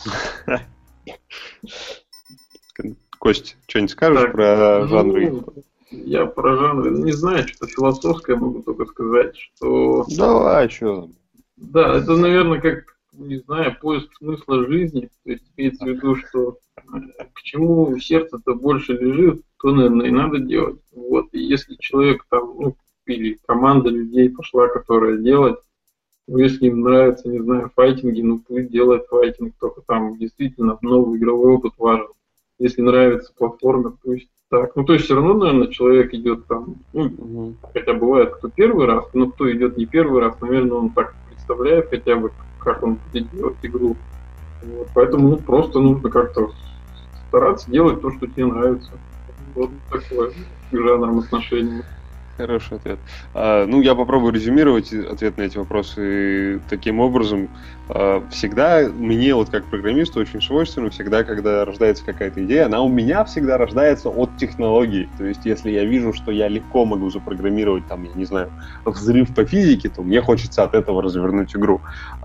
Кость, что-нибудь скажешь про жанры? Я про жанры не знаю, что-то философское могу только сказать, что... Давай, что? Да, это, наверное, как, не знаю, поиск смысла жизни. То есть имеется в виду, что к чему сердце-то больше лежит, то, наверное, и надо делать. Вот. И если человек там, или команда людей пошла, которая делает, если им нравится, не знаю, файтинги, пусть делает файтинг, только там действительно новый игровой опыт важен. Если нравится платформер, пусть так. То есть все равно, наверное, человек идет там, хотя бывает, кто первый раз, но кто идет не первый раз, наверное, он так представляет хотя бы, как он будет делать игру. Вот. Поэтому просто нужно как-то стараться делать то, что тебе нравится. Вот такое к жанрам отношений. Хороший ответ. Я попробую резюмировать ответ на эти вопросы таким образом. Всегда мне, вот как программисту, очень свойственно, всегда, когда рождается какая-то идея, она у меня всегда рождается от технологий. То есть, если я вижу, что я легко могу запрограммировать, там, я не знаю, взрыв по физике, то мне хочется от этого развернуть игру.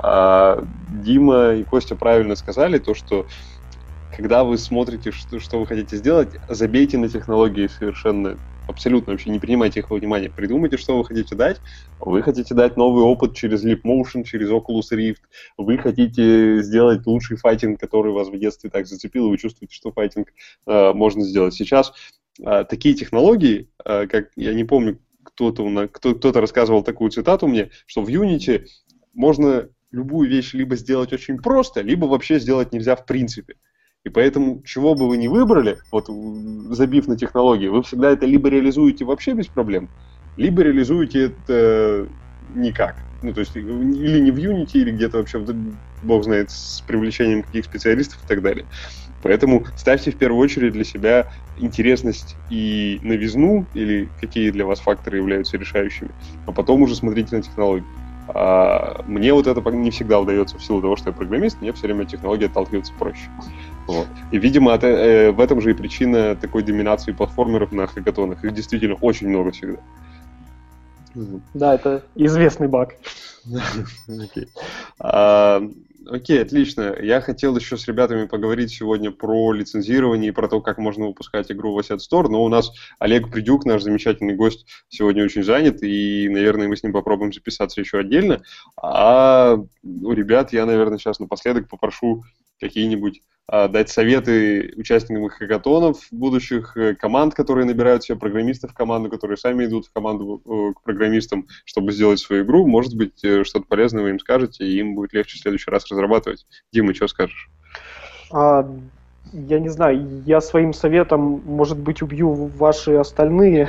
Дима и Костя правильно сказали, то, что когда вы смотрите, что вы хотите сделать, забейте на технологии совершенно, абсолютно вообще не принимайте их во внимание. Придумайте, что вы хотите дать. Вы хотите дать новый опыт через Leap Motion, через Oculus Rift. Вы хотите сделать лучший файтинг, который вас в детстве так зацепил, и вы чувствуете, что файтинг можно сделать. Сейчас такие технологии, как я не помню, кто-то рассказывал такую цитату мне, что в Unity можно любую вещь либо сделать очень просто, либо вообще сделать нельзя в принципе. И поэтому, чего бы вы ни выбрали, вот забив на технологии, вы всегда это либо реализуете вообще без проблем, либо реализуете это никак. То есть или не в Unity, или где-то вообще, бог знает, с привлечением каких специалистов и так далее. Поэтому ставьте в первую очередь для себя интересность и новизну, или какие для вас факторы являются решающими, а потом уже смотрите на технологии. Мне вот это не всегда удается в силу того, что я программист, мне все время от технологии отталкиваться проще. Вот. И, видимо, в этом же и причина такой доминации платформеров на хакатонах. Их действительно очень много всегда. Да, это известный баг. Окей. Окей, отлично. Я хотел еще с ребятами поговорить сегодня про лицензирование и про то, как можно выпускать игру в Asset Store, но у нас Олег Придюк, наш замечательный гость, сегодня очень занят, и, наверное, мы с ним попробуем записаться еще отдельно. А у ребят я, наверное, сейчас напоследок попрошу какие-нибудь дать советы участникам хакатонов, будущих команд, которые набирают себе программистов в команду, которые сами идут в команду к программистам, чтобы сделать свою игру. Может быть, что-то полезное вы им скажете, и им будет легче в следующий раз разрабатывать. Дима, что скажешь? Я не знаю, я своим советом, может быть, убью ваши остальные,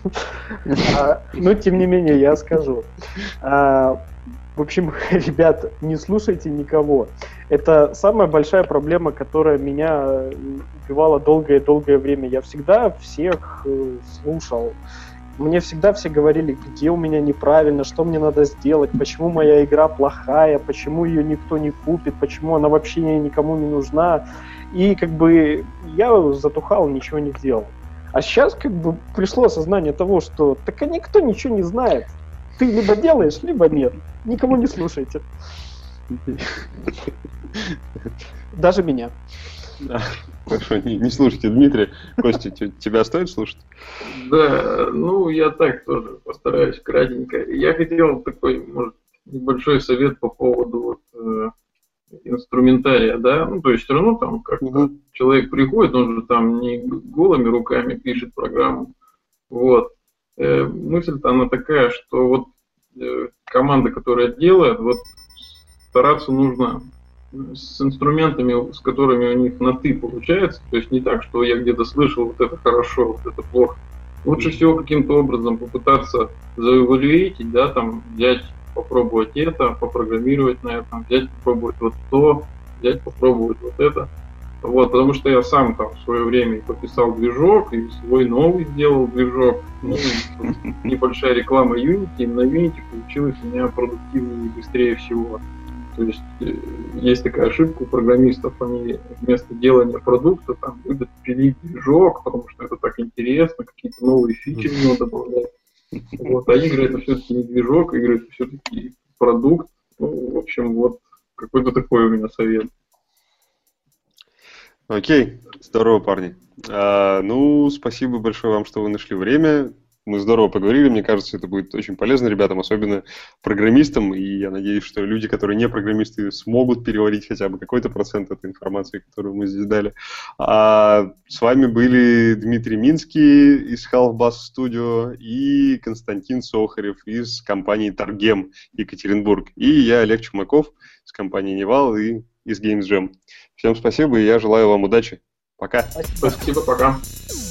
но тем не менее я скажу. В общем, ребят, не слушайте никого. Это самая большая проблема, которая меня убивала долгое-долгое время. Я всегда всех слушал. Мне всегда все говорили, где у меня неправильно, что мне надо сделать, почему моя игра плохая, почему ее никто не купит, почему она вообще никому не нужна. И как бы я затухал, ничего не делал. А сейчас как бы пришло осознание того, что так никто ничего не знает. Ты либо делаешь, либо нет. Никому не слушайте. Даже меня. Хорошо, не слушайте Дмитрия. Костя, тебя стоит слушать? Да, ну я так тоже постараюсь кратенько. Я хотел такой, может, небольшой совет по поводу инструментария, да, ну то есть все равно там как-то человек приходит, он же там не голыми руками пишет программу, вот. Мысль-то она такая, что вот команда, которая делает, вот стараться нужно с инструментами, с которыми у них на «ты» получается, то есть не так, что я где-то слышал, вот это хорошо, вот это плохо. Лучше всего каким-то образом попытаться заэвалюировать, да, там взять, попробовать это, попрограммировать на этом, взять, попробовать вот то, взять, попробовать вот это. Вот, потому что я сам там в свое время пописал движок, и свой новый сделал движок. Ну, небольшая реклама Unity, на Unity получилось у меня продуктивнее и быстрее всего. То есть есть такая ошибка у программистов, они вместо делания продукта там любят пилить движок, потому что это так интересно, какие-то новые фичи в него добавлять. Вот, а игры это все-таки не движок, игры это все-таки продукт. Ну, в общем, вот какой-то такой у меня совет. Окей, здорово, парни. Ну, спасибо большое вам, что вы нашли время. Мы здорово поговорили, мне кажется, это будет очень полезно ребятам, особенно программистам, и я надеюсь, что люди, которые не программисты, смогут переварить хотя бы какой-то процент этой информации, которую мы здесь дали. С вами были Дмитрий Минский из Half Bass Studio и Константин Сохарев из компании Targem Екатеринбург, и я, Олег Чумаков, из компании Невал и из Games Jam. Всем спасибо, и я желаю вам удачи. Пока. Спасибо, пока.